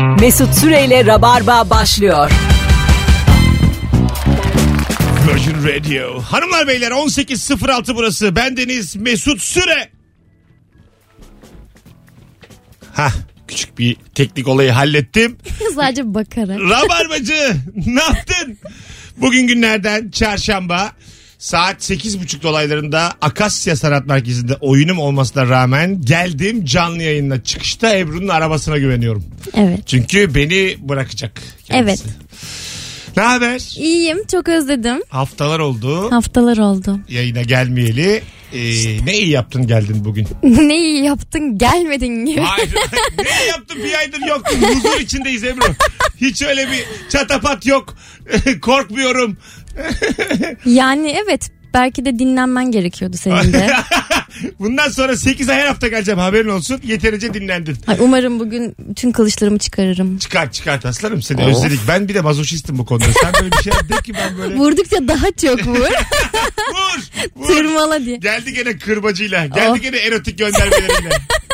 Mesut Süreyle Rabarba başlıyor. Virgin Radio. Hanımlar beyler 18.06 burası. Bendeniz Mesut Süre. Küçük bir teknik olayı hallettim. Sadece bakarak. Rabarbacı ne yaptın? Bugün günlerden çarşamba. Saat 8.30 dolaylarında Akasya Sanat Merkezi'nde oyunum olmasına rağmen geldim canlı yayınla. Çıkışta Ebru'nun arabasına güveniyorum. Evet. Çünkü beni bırakacak kendisi. Evet. Ne haber? İyiyim, çok özledim. Haftalar oldu. Haftalar oldu. Yayına gelmeyeli. Ne iyi yaptın geldin bugün. Ne iyi yaptın gelmedin gibi. Hayır. Ne iyi yaptın bir aydır yoktun. Huzur içindeyiz Ebru. Hiç öyle bir çatapat yok. Korkmuyorum. Yani evet, belki de dinlenmen gerekiyordu senin de. Bundan sonra 8 ay her hafta geleceğim, haberin olsun. Yeterince dinlendin. Ay, umarım bugün bütün kılıçlarımı çıkarırım. Çıkart aslanım, seni özledik. Ben bir de mazoşistim bu konuda. Sen böyle bir şey de ki ben böyle. Vurdukça daha çok vur. Vur. Tırmala diye. Geldi gene kırbacıyla. Geldi gene erotik göndermeleriyle.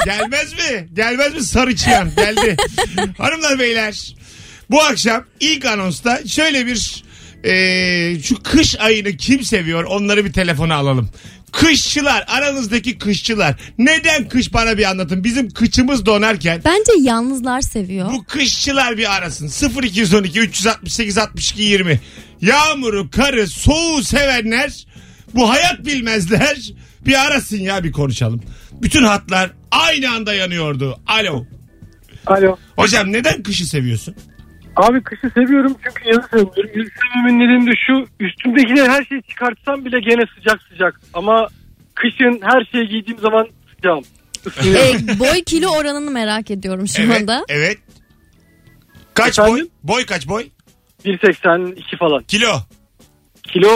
Gelmez mi sarı çıyan. Geldi. Hanımlar beyler, bu akşam ilk anonsta şöyle bir şu kış ayını kim seviyor, onları bir telefona alalım. Kışçılar, aranızdaki kışçılar, neden kış, bana bir anlatın. Bizim kıçımız donarken bence yalnızlar seviyor. bu kışçılar bir arasın. 0212 368 62 20. Yağmuru, karı, soğuğu sevenler, bu hayat bilmezler, bir arasın ya, bir konuşalım. Bütün hatlar aynı anda yanıyordu. Alo. Hocam neden kışı seviyorsun? Abi kışı seviyorum çünkü yazı sevmiyorum. Yazı sevmemin nedeni de şu: üstümdekileri her şeyi çıkartsam bile gene sıcak. Ama kışın her şeyi giydiğim zaman sıcağım. Boy kilo oranını merak ediyorum şu anda. Evet. Kaç Efendim? boy? Boy kaç boy? 1.82 falan. Kilo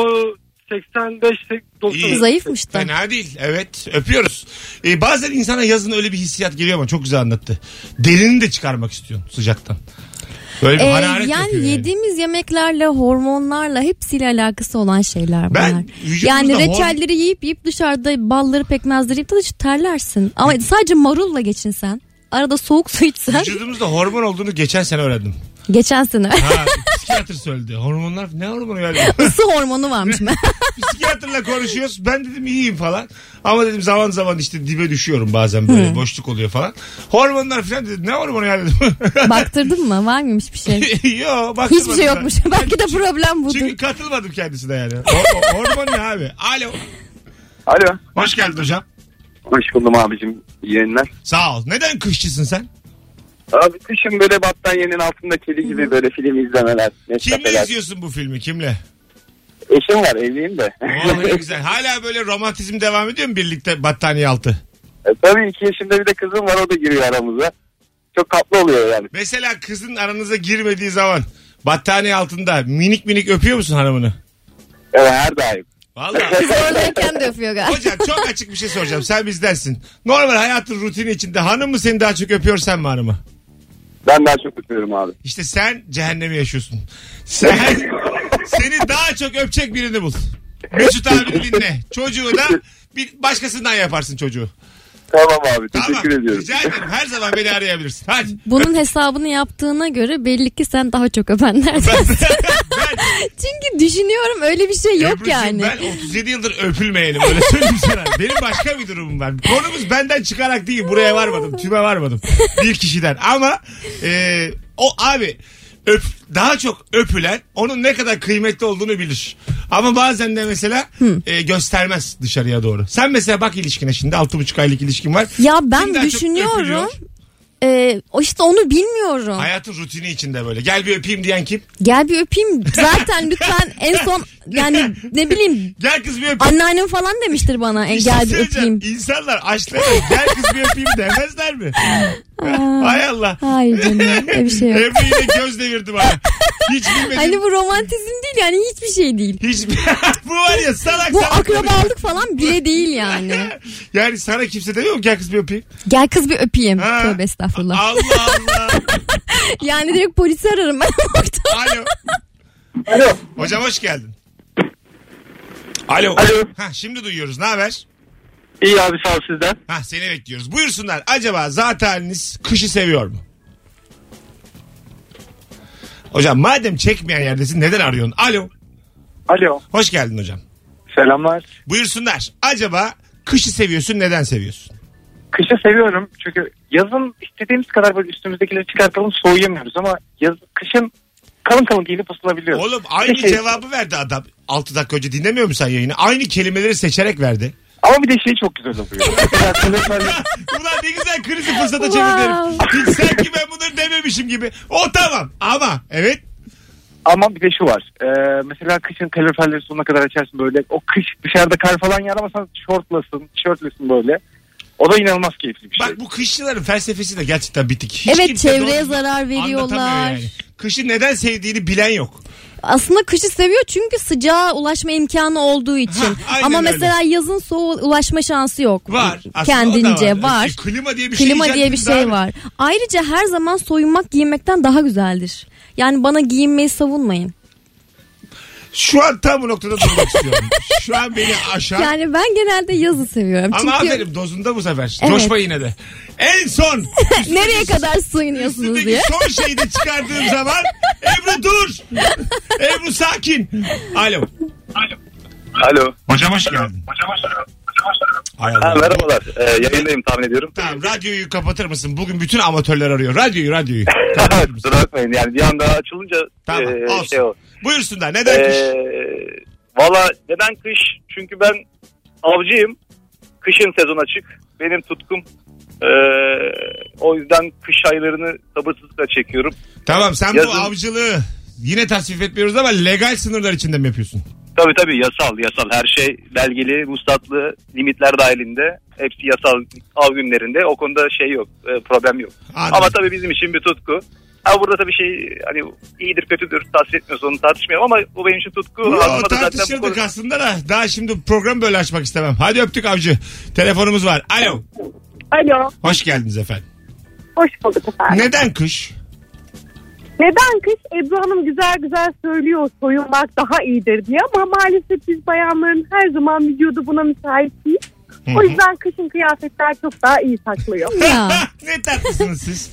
85-90. İyi. Zayıfmış da. Fena değil. Evet, öpüyoruz. Bazen insana yazın öyle bir hissiyat geliyor ama çok güzel anlattı. Derini de çıkarmak istiyorsun sıcaktan. Böyle bir hararet yani yapıyor yediğimiz yemeklerle, hormonlarla hepsiyle alakası olan şeyler bunlar. Yani reçelleri yiyip dışarıda balları, pekmezleri yiyip de terlersin. Ama sadece marulla geçinsen, arada soğuk su içsen. Vücudumuzda hormon olduğunu geçen sene öğrendim. Geçen sene. Psikiyatr söyledi. Hormonlar, ne hormonu yani? Isı hormonu varmış. Psikiyatrla konuşuyoruz. Ben dedim iyiyim falan. Ama dedim zaman zaman işte dibe düşüyorum bazen, böyle boşluk oluyor falan. Hormonlar falan dedi. Ne hormonu ya dedim. Baktırdın mı? Var mıymış bir şey? Yok, baktırmadım. Hiçbir şey yokmuş. Belki de problem budur. Çünkü katılmadım kendisine yani. Hormon ne abi? Alo. Hoş geldin hocam. Hoş buldum abicim. İyi yayınlar. Sağ ol. Neden kışçısın sen? Abi kışın böyle battaniyenin altında kedi gibi böyle film izlemeler. Kimle izliyorsun bu filmi? Kimle? Eşim var, evliyim de. Ne güzel. Hala böyle romantizm devam ediyor mu birlikte battaniye altı? Tabii 2 yaşında bir de kızım var, o da giriyor aramıza. Çok tatlı oluyor yani. Mesela kızın aranıza girmediği zaman battaniye altında minik öpüyor musun hanımını? Evet, her daim. Vallahi. Kız oradayken de öpüyor galiba. Hocam çok açık bir şey soracağım. Sen bizdensin. Normal hayatın rutini içinde hanım mı seni daha çok öpüyor, sen mi hanımı? Ben daha çok öpüyorum abi. İşte sen cehennemi yaşıyorsun. Seni daha çok öpecek birini bul. Mesut abi dinle. Çocuğu da bir başkasından yaparsın çocuğu. Tamam abi, teşekkür ediyorum. Rica ederim, her zaman beni arayabilirsin. Hadi. Bunun hesabını yaptığına göre belli ki sen daha çok öpenlerdensin. Çünkü düşünüyorum, öyle bir şey yok Ebru'cum, yani. ben 37 yıldır öpülmeyenim, öyle söyleyeyim sana. Benim başka bir durumum var. Konumuz benden çıkarak değil, buraya varmadım, tüme varmadım. Bir kişiden ama o abi daha çok öpülen onun ne kadar kıymetli olduğunu bilir. Ama bazen de mesela göstermez dışarıya doğru. Sen mesela bak ilişkine, şimdi 6,5 aylık ilişkin var. Ya Kim ben daha çok düşünüyorum. öpülüyor? İşte onu bilmiyorum. Hayatın rutini içinde böyle. Gel bir öpeyim diyen kim? Gel bir öpeyim. Zaten lütfen en son yani ne bileyim. Gel kız bir öpeyim. Anneannem falan demiştir bana. Gel bir öpeyim. İnsanlar aşklarına gel kız bir öpeyim demezler mi? Hay Allah. Hayır canım, öyle bir şey yok. Emre yine göz devirdi bana. Hiç bilmedim. Hani bu romantizm değil yani, hiçbir şey değil. Bu var ya salak. Bu akrabalık falan bile değil yani. Yani sana kimse demiyor mu gel kız bir öpeyim? Gel kız bir öpeyim. Tövbe estağfurullah. Allah Allah. Yani direkt polisi ararım ben. Alo. Hocam hoş geldin. Alo. Şimdi duyuyoruz. Ne haber? İyi abi, sağ ol, sizden. Seni bekliyoruz. Buyursunlar. Acaba zaten haliniz kışı seviyor mu? Hocam madem çekmeyen yerdesin neden arıyorsun? Alo. Alo. Hoş geldin hocam. Selamlar. Buyursunlar. Acaba kışı seviyorsun, neden seviyorsun? Kışı seviyorum çünkü yazın istediğimiz kadar böyle üstümüzdekileri çıkartalım soğuyamıyoruz ama kışın kalın kalın giyinip ısınabiliyoruz. Oğlum aynı cevabı verdi adam. 6 dakika önce dinlemiyor musun sen yayını? Aynı kelimeleri seçerek verdi. Ama bir de şey çok güzel oluyor. Ulan ne güzel krizi fırsata çevirdim. Hiç sanki ben bunları dememişim gibi. O tamam ama evet. Ama bir de şu var. Mesela kışın kaloriferleri sonuna kadar açarsın böyle. O kış dışarıda kar falan yağar ama sen şortlasın, tişörtlesin böyle. O da inanılmaz keyifli bir şey. Bak bu kışçıların felsefesi de gerçekten bitik. Hiç Evet, kimse çevreye doğru zarar veriyorlar. yani. Kışı neden sevdiğini bilen yok. Aslında kışı seviyor çünkü sıcağa ulaşma imkanı olduğu için. Aynen Ama öyle. mesela yazın soğuğa ulaşma şansı yok. Var. Aslında Kendince o da var. Klima diye bir Klima şey, diye bir şey var. Ayrıca her zaman soyunmak giyinmekten daha güzeldir. Yani bana giyinmeyi savunmayın. Şu an tam bu noktada durmak istiyorum. Şu an beni aşağı. Yani ben genelde yazı seviyorum. Ama çünkü... aferin dozunda bu sefer. Evet. Coşma yine de. En son. Nereye kadar soyunuyorsunuz Üstündeki diye. son şeyi de çıkardığım zaman Ebru dur. Ebru sakin. Alo. Alo. Hocam hoş geldin. Hay Allah. Merhabalar. Yayındayım tahmin ediyorum. Tamam, radyoyu kapatır mısın? Bugün bütün amatörler arıyor. Radyoyu. Kapatır mısın? Kusura bakmayın yani bir anda açılınca Tamam olsun. şey o. Buyursunlar. Neden kış? Valla neden kış? Çünkü ben avcıyım. Kışın sezon açık. Benim tutkum. O yüzden kış aylarını sabırsızlıkla çekiyorum. Tamam sen yazın... bu avcılığı yine tasvip etmiyoruz ama legal sınırlar içinde mi yapıyorsun? Tabii yasal. Her şey belgeli, ruhsatlı, limitler dahilinde. Hepsi yasal av günlerinde. O konuda şey yok, problem yok. Anladım. Ama tabii bizim için bir tutku. Ha burada tabii şey hani iyidir kötüdür tasvip etmiyoruz onu tartışmıyorum ama bu benim için tutku. Yo, tartışırdık aslında da daha şimdi programı böyle açmak istemem. Hadi öptük avcı. Telefonumuz var. Alo. Alo. Hoş geldiniz efendim. Hoş bulduk efendim. Neden kış? Neden kış? Ebru Hanım güzel söylüyor soyunmak daha iyidir diye ama maalesef biz bayanların her zaman vücudu buna müsait değil. O yüzden kışın kıyafetler çok daha iyi saklıyor. Ya. Ne tatlısınız siz.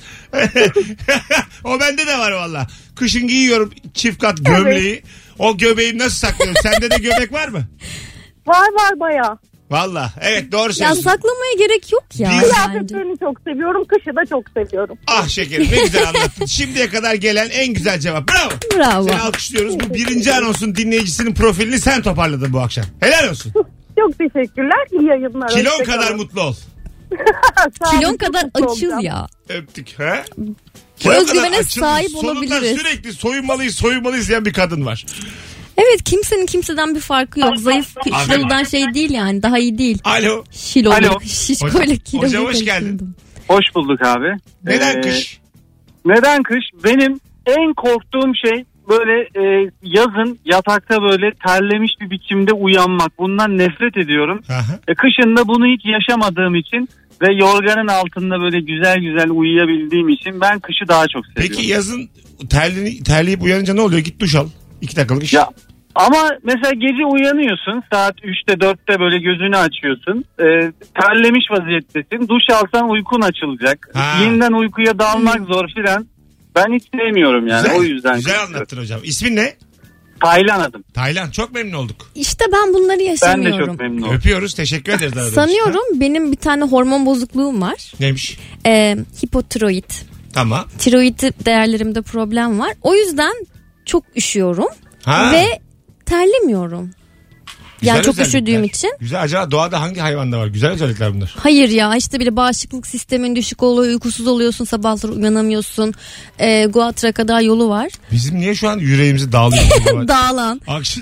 O bende de var valla. Kışın giyiyorum çift kat gömleği. Evet. O göbeğimi nasıl saklıyorum? Sende de göbek var mı? Var bayağı. Valla evet doğru Ya söylüyorsun. saklamaya gerek yok ya. Kıyafetlerini çok seviyorum. Kışı da çok seviyorum. Ah şekerim ne güzel anlattın. Şimdiye kadar gelen en güzel cevap. Bravo. Seni alkışlıyoruz. Bu birinci anonsun dinleyicisinin profilini sen toparladın bu akşam. Helal olsun. Çok teşekkürler. İyi yayınlar. Kilon kadar mutlu ol. Kilon kadar açız ya. Öptük. He? Özgüvene sahip olabiliriz. Sonunda sürekli soyunmalıyız diyen bir kadın var. Evet, kimsenin kimseden bir farkı yok. Zayıf kiloludan şey değil yani, daha iyi değil. Alo. Alo. Şişkoyla kilolu. Hocam hoş geldin. Hoş bulduk abi. Neden kış? Neden kış? Benim en korktuğum şey böyle yazın yatakta böyle terlemiş bir biçimde uyanmak. Bundan nefret ediyorum. Kışın da bunu hiç yaşamadığım için ve yorganın altında böyle güzel uyuyabildiğim için ben kışı daha çok seviyorum. Peki yazın terleyip uyanınca ne oluyor? Git duş al. 2 dakikalık iş. Ya, ama mesela gece uyanıyorsun saat 3'te 4'te böyle gözünü açıyorsun. Terlemiş vaziyettesin. Duş alsan uykun açılacak. Yeniden uykuya dalmak zor filan. Ben hiç sevmiyorum yani güzel, o yüzden. Güzel anlattın hocam. İsmin ne? Taylan adım. Taylan çok memnun olduk. İşte ben bunları yaşamıyorum. Ben de çok memnun oldum. Öpüyoruz teşekkür ederiz. Sanıyorum benim bir tane hormon bozukluğum var. Neymiş? Hipotiroid. Tamam. Tiroid değerlerimde problem var. O yüzden çok üşüyorum. Ve terlemiyorum. Güzel yani çok üşüdüğüm için. Güzel. Acaba doğada hangi hayvanda var? Güzel özellikler bunlar. Hayır ya, işte bile bağışıklık sistemin düşük oluyor. Uykusuz oluyorsun, sabahları uyanamıyorsun. Guatra kadar yolu var. Bizim niye şu an yüreğimizi dağılıyor? Dağlan.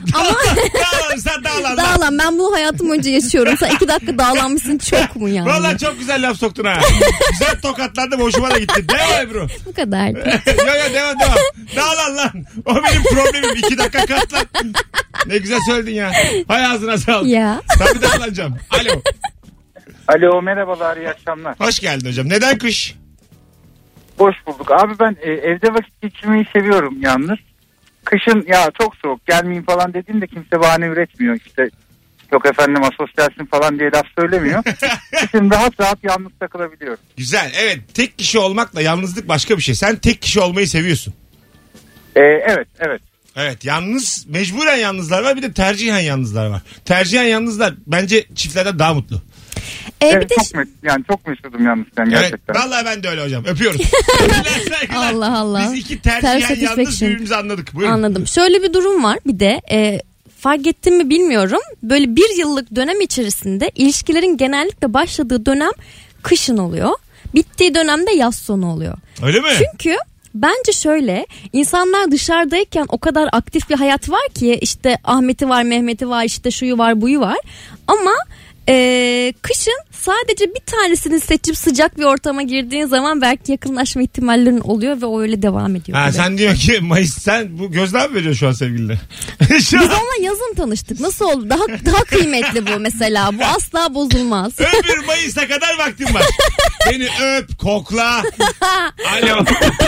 Dağlan. Ben bunu hayatım boyunca yaşıyorum. Sen 2 dakika dağlanmışsın, çok mu yani? Vallahi çok güzel laf soktun ha. Güzel tokatlandım, hoşuma da gitti. Devam Ebru. Bu kadar. Yo devam. Dağlan lan. O benim problemim. 2 dakika katlan. Ne güzel söyledin ya. Hay ağzına sağlık. Ya. Tabii dağlanacağım. Alo. Alo merhabalar, iyi akşamlar. Hoş geldin hocam. Neden kış? Hoş bulduk. Abi ben evde vakit geçirmeyi seviyorum yalnız. Kışın ya çok soğuk gelmeyeyim falan dediğimde kimse bahane üretmiyor işte. Yok efendim asosyalsin falan diye laf söylemiyor. Kışın rahat yalnız takılabiliyorum. Güzel. Evet, tek kişi olmakla yalnızlık başka bir şey. Sen tek kişi olmayı seviyorsun. Evet. Evet, yalnız, mecburen yalnızlar var, bir de tercihen yalnızlar var. Tercihen yalnızlar bence çiftlerden daha mutlu. Bir de çok mesudum yalnızken gerçekten. Evet, vallahi ben de öyle hocam. Öpüyoruz. Allah Allah. Biz iki tercihen yalnız birbirimizi anladık. Buyurun. Anladım. Şöyle bir durum var bir de fark ettim mi bilmiyorum. Böyle bir yıllık dönem içerisinde ilişkilerin genellikle başladığı dönem kışın oluyor. Bittiği dönemde yaz sonu oluyor. Öyle mi? Çünkü bence şöyle, insanlar dışarıdayken o kadar aktif bir hayat var ki, işte Ahmet'i var, Mehmet'i var, işte şuyu var, buyu var. Ama kışın sadece bir tanesini seçip sıcak bir ortama girdiğin zaman belki yakınlaşma ihtimallerin oluyor ve o öyle devam ediyor. Ha, sen diyor ki Mayıs, sen bu gözlem mi veriyorsun şu an sevgiline? Biz onunla yazın tanıştık. Nasıl oldu? Daha kıymetli bu mesela. Bu asla bozulmaz. Öbür Mayıs'a kadar vaktim var. Beni öp, kokla. Alo.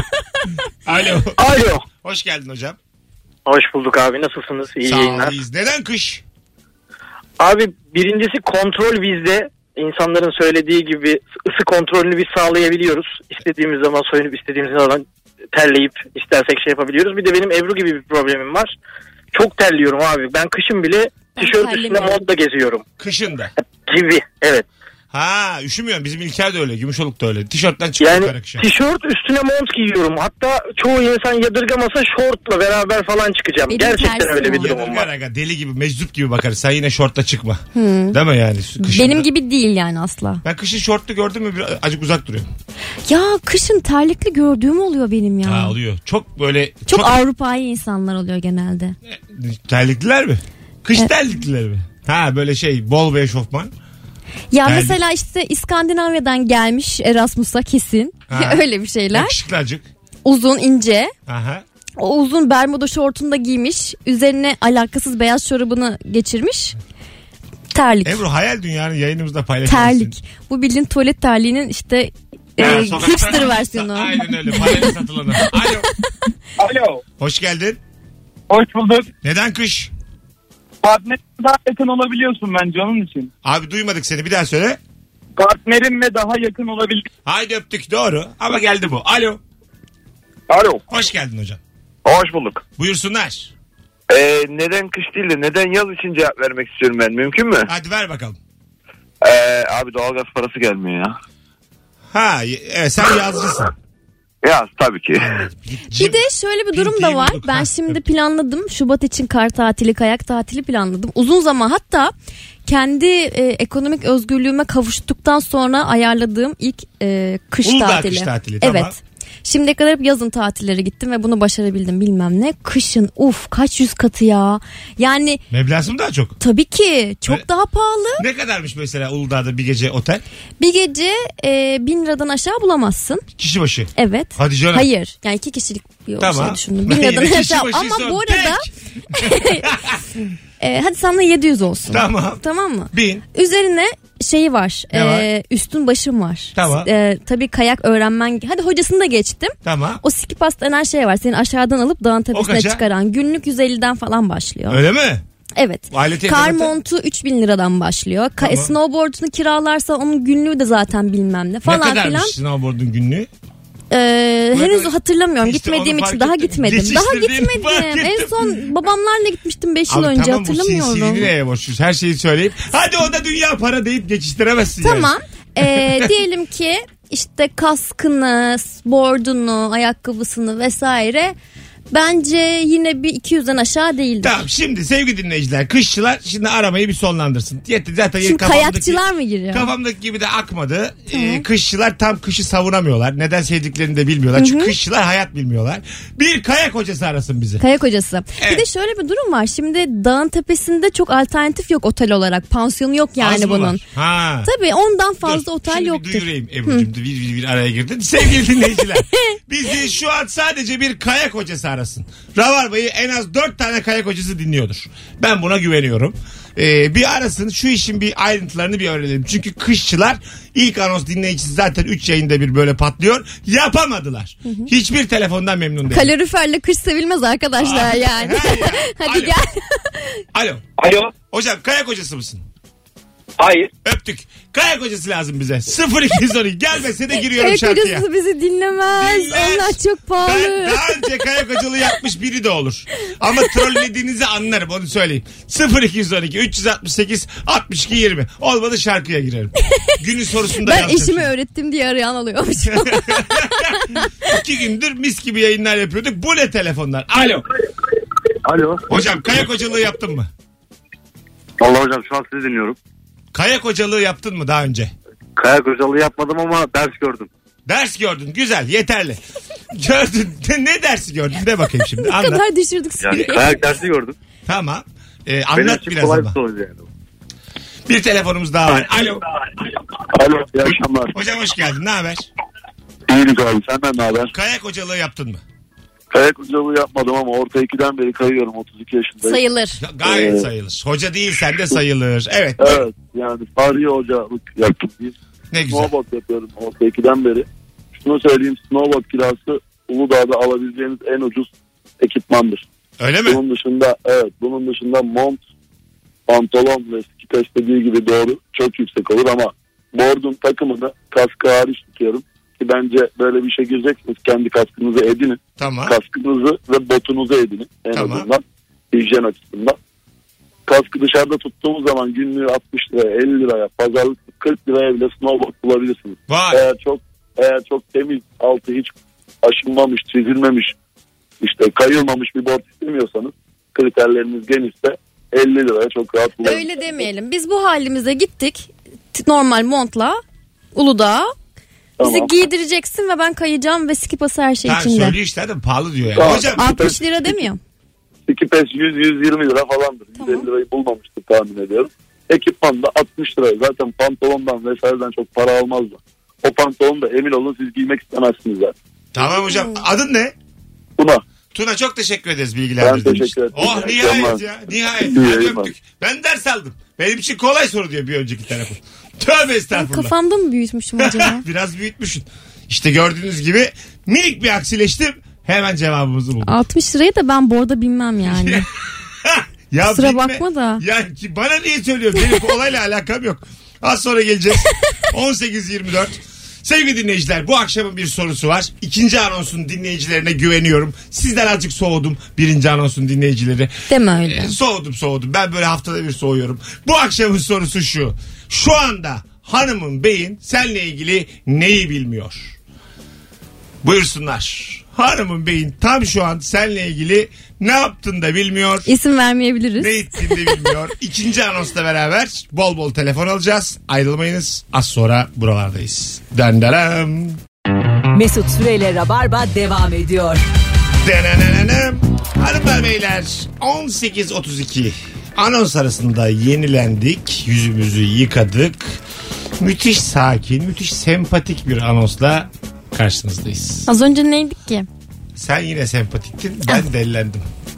Alo. Hoş geldin hocam. Hoş bulduk abi, nasılsınız? İyi Sağ yayınlar. ol, iyiyiz. Neden kış? Abi birincisi kontrol bizde. İnsanların söylediği gibi ısı kontrolünü biz sağlayabiliyoruz. İstediğimiz zaman soyunup istediğimiz zaman terleyip istersek şey yapabiliyoruz. Bir de benim Ebru gibi bir problemim var. Çok terliyorum abi. Ben kışın bile tişört üstüne montla geziyorum. Kışın da. Gibi, evet. Ha, üşümüyorum. Bizim İlker de öyle. Gümüşoluk da öyle. Tişörtten çıkıyor yani kışın. tişört üstüne mont giyiyorum. Hatta çoğu insan yadırgamasa şortla beraber falan çıkacağım. Benim gerçekten öyle bir durumum Yadırgar var. aga, deli gibi, meczup gibi bakarız. Sen yine şortla çıkma. Değil mi yani? Kışında. Benim gibi değil yani asla. Ben kışın şortlu gördüm mü azıcık uzak duruyorum. Ya kışın terlikli gördüğüm oluyor benim ya. Ha, oluyor. Çok böyle. Çok Avrupa'yı insanlar oluyor genelde. Terlikliler mi? Kış terlikliler mi? Ha, böyle şey, bol bir eşofman. Ya mesela işte İskandinavya'dan gelmiş Erasmus'a kesin. Öyle bir şeyler. Yakışıklı acık. Uzun, ince. Aha. O uzun bermuda şortunu da giymiş. Üzerine alakasız beyaz çorabını geçirmiş. Terlik. Ebru, hayal dünyanın yayınımızda paylaşıyorsun. Terlik. Bu bildiğin tuvalet terliğinin işte hipster versiyonu. Aynen öyle. Parayla satılanı. Alo. Alo. Hoş geldin. Hoş bulduk. Neden kış? Partnerine daha yakın olabiliyorsun bence onun için. Abi duymadık seni, bir daha söyle. Partnerinle daha yakın olabilir. Haydi öptük, doğru. Ama geldi bu. Alo. Alo. Hoş geldin hocam. Hoş bulduk. Buyursunlar. Neden kış değil de neden yaz için cevap vermek istiyorum ben. Mümkün mü? Hadi ver bakalım. Abi doğalgaz parası gelmiyor ya. Ha, evet, sen yazıcısın. Yaz tabii ki. Bir de şöyle bir durum da var. Ben şimdi planladım. Şubat için kar tatili, kayak tatili planladım. Uzun zaman, hatta kendi ekonomik özgürlüğüme kavuştuktan sonra ayarladığım ilk kış Uludağ tatili. kış tatili, tamam. Evet. Şimdiye kadar hep yazın tatilleri gittim ve bunu başarabildim, bilmem ne. Kışın kaç yüz katı ya. Yani Meblası mı daha çok? tabii ki çok daha pahalı. Ne kadarmış mesela Uludağ'da bir gece otel? Bir gece 1000 liradan aşağı bulamazsın. Kişi başı. Evet. Hadi canım. Hayır. Yani 2 kişilik bir Tamam. şey düşündüm. 1000 liradan aşağı. Ama bu arada hadi sana 700 olsun. Tamam. Tamam mı? 1000. Üzerine şeyi var. Ne var? Üstün başım var. Tamam. Tabii kayak öğrenmen. Hadi hocasını da geçtim. Tamam. O ski pass denen şey var. Seni aşağıdan alıp dağın tepesine kaça? çıkaran. Günlük 150'den falan başlıyor. Öyle mi? Evet. Aleti Kar yakaladı. montu 3000 liradan başlıyor. Tamam. Snowboard'unu kiralarsa onun günlüğü de zaten bilmem ne falan Ne kadarmış filan. snowboard'un günlüğü? Henüz hatırlamıyorum. İşte Gitmediğim onu için fark daha ettim. gitmedim. Daha Geçiştirdiğini fark gitmedim. En ettim. son babamlarla gitmiştim 5 yıl Abi önce, tamam, hatırlamıyorum. bu sinsiliğini neye borçluyuz? Her şeyi söyleyip hadi o da dünya para deyip geçiştiremezsin. Tamam. Diyelim ki işte kaskını, board'unu, ayakkabısını vesaire. Bence yine bir 200'den aşağı değildir. Tamam, şimdi sevgili dinleyiciler, kışçılar şimdi aramayı bir sonlandırsın. Yeter zaten. Şimdi kayakçılar mı giriyor? Kafamdaki gibi de akmadı. Kışçılar tam kışı savunamıyorlar. Neden sevdiklerini de bilmiyorlar. Çünkü kışçılar hayat bilmiyorlar. Bir kayak hocası arasın bizi. Kayak hocası. Evet. Bir de şöyle bir durum var. Şimdi dağın tepesinde çok alternatif yok otel olarak. Pansiyonu yok yani Az mı bunun. var? Ha. Tabii ondan fazla Dur, otel şimdi yoktur. bir duyurayım Ebru'cum. Bir araya girdin. Sevgili dinleyiciler. Bizi şu an sadece bir kayak hocası arasın. Rabarba'yı en az 4 tane kayak hocası dinliyordur. Ben buna güveniyorum. Bir arasın, şu işin bir ayrıntılarını bir öğrenelim. Çünkü kışçılar, ilk anons dinleyicisi zaten 3 yayında bir böyle patlıyor. Yapamadılar. Hiçbir telefondan memnun değil. Kaloriferle kış sevilmez arkadaşlar yani. Hayır. Hadi Alo. gel. Alo. Alo. Hocam kayak hocası mısın? Hayır. Öptük. Kaya kocası lazım bize. 0212 gelmese de giriyorum Kaya şarkıya. kocası bizi dinlemez. Onlar çok pahalı. Ben daha önce kaya kocılığı yapmış biri de olur. Ama trollediğinizi anlarım, onu söyleyeyim. 0212 368 62 20. Olmadı şarkıya girerim. Günün sorusunda ben yapacağım. eşimi öğrettim diye arayan alıyormuş. 2 gündür mis gibi yayınlar yapıyorduk. Bu ne telefonlar? Alo. Alo. Hocam kaya kocalığı yaptın mı? Vallahi hocam şu an sizi dinliyorum. Kaya kocalığı yaptın mı daha önce? Kaya kocalığı yapmadım ama ders gördüm. Ders gördün. Güzel. Yeterli. Gördün. Ne dersi gördün? De bakayım şimdi. Ne Anlat. kadar düşürdük Yani seni. kayak dersi gördüm. Tamam. Benim Anlat için biraz kolay ama. bir soru yani. Bir telefonumuz daha var. Alo. Alo. İyi akşamlar. Hocam hoş geldin. Ne haber? İyilik abi. Senden ne haber? Kayak hocalığı yaptın mı? Kayak hocalığı yapmadım ama orta 2'den beri kayıyorum. 32 yaşındayım. Sayılır. Gayet sayılır. Hoca değilsen de sayılır. Evet. Evet. Yani Fahriye hocalık yaptım diyeyim. Ne güzel. Snowboard yapıyorum orta 2'den beri. Şunu söyleyeyim. Snowboard kirası Uludağ'da alabileceğiniz en ucuz ekipmandır. Öyle mi? Bunun dışında mont, pantolon ve ski pass dediği gibi doğru çok yüksek olur ama board'un takımını kaskı hariç tutuyorum. Ki bence böyle bir şey gireceksiniz. Kendi kaskınızı edinin. Tamam. Kaskınızı ve botunuzu edinin. En Tamam. azından hijyen açısından. Kaskı dışarıda tuttuğumuz zaman günlüğü 60 liraya, 50 liraya, pazarlık 40 liraya bile snowboard bulabilirsiniz. Vay. Eğer çok temiz, altı hiç aşınmamış, çizilmemiş, işte kayılmamış bir board istemiyorsanız, kriterleriniz genişse 50 liraya çok rahat bulabilirsiniz. Öyle demeyelim. Biz bu halimize gittik. Normal montla Uludağ'a. Bizi Tamam. giydireceksin ve ben kayacağım ve ski pası her şey Tamam, içinde. söylüyor işte adam pahalı diyor yani. Tamam. Hocam 60 lira demiyor. Ski pass 100-120 lira falandır. Tamam. 150 lirayı bulmamıştır tahmin ediyorum. Ekipman da 60 liraya. Zaten pantolondan vesaireden çok para almazlar. O pantolonu da emin olun siz giymek istemezsiniz zaten. tamam hocam. Adın ne? Buna. Tuna çok teşekkür ederiz bilgilendirdiğin Ben için. teşekkür ederim. Oh nihayet ya. Nihayet. İyi Hadi yayınlar. öptük. Ben ders aldım. Benim için kolay soru diyor bir önceki telefon. Tövbe Ben estağfurullah. kafamda mı büyütmüşüm acaba? Biraz büyütmüşsün. İşte gördüğünüz gibi minik bir aksileştim. Hemen cevabımızı bulduk. 60 lirayı da ben borda bilmem yani. Ya Kusura bilme. bakma da. Ya ki bana niye söylüyorsun? Benim olayla alakam yok. Az sonra geleceğiz. 18.24. Sevgili dinleyiciler, bu akşamın bir sorusu var. İkinci anonsun dinleyicilerine güveniyorum. Sizden azıcık soğudum birinci anonsun dinleyicileri. Deme öyle. Soğudum. Ben böyle haftada bir soğuyorum. Bu akşamın sorusu şu. Şu anda hanımın beyin seninle ilgili neyi bilmiyor? Buyursunlar. Hanımın beyin tam şu an seninle ilgili ne yaptığını da bilmiyor. İsim vermeyebiliriz. Ne ettiğini de bilmiyor. İkinci anonsla beraber bol bol telefon alacağız. Ayrılmayınız. Az sonra buralardayız. Dendelem. Mesut Süreyle Rabarba devam ediyor. Denenenenem. Hanımlar beyler 18.32 anons arasında yenilendik. Yüzümüzü yıkadık. Müthiş sakin, müthiş sempatik bir anonsla karşınızdayız. Az önce neydik ki? Sen yine sempatiktin. Ben delilendim.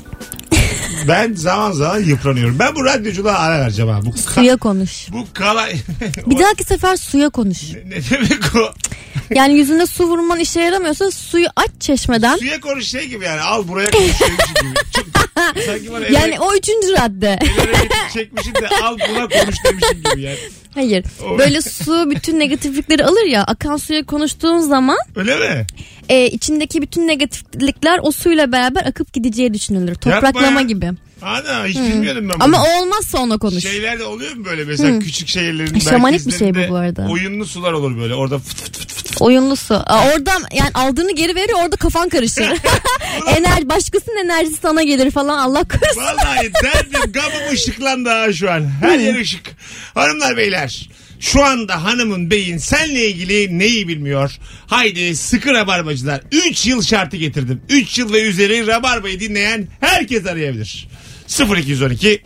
Ben zaman zaman yıpranıyorum. Ben bu radyoculuğa ara vereceğim ha. Suya konuş. Bu kala... Bir dahaki sefer suya konuş. Ne demek o? Yani yüzüne su vurman işe yaramıyorsa suyu aç çeşmeden. Suya konuş şey gibi yani. Al buraya konuş gibi. Çok, sanki bana Yani o 3. radde. çekmişim de al buna konuş demişim gibi yani. Hayır. Böyle su bütün negatiflikleri alır ya. Akan suya konuştuğun zaman. Öyle mi? İçindeki bütün negatiflikler o suyla beraber akıp gideceği düşünülür. Topraklama Yapma ya. gibi. Ana hiç bilmiyordum ben bunu. Ama o olmazsa ona konuş. Şeylerde oluyor mu böyle mesela küçük şehirlerin Şamanik bir şey merkezlerinde bu arada. oyunlu sular olur böyle orada fıt fıt fıt fıt. Oyunlu su. Oradan yani aldığını geri veriyor orada kafan karışır. Başkasının enerjisi sana gelir falan Allah korusun. Vallahi derdim gamım ışıklandı ha şu an. Her yer ışık. Hanımlar beyler şu anda hanımın beyin seninle ilgili neyi bilmiyor? Haydi sıkı rabarbacılar. 3 yıl şartı getirdim. 3 yıl ve üzeri rabarbayı dinleyen herkes arayabilir. 0212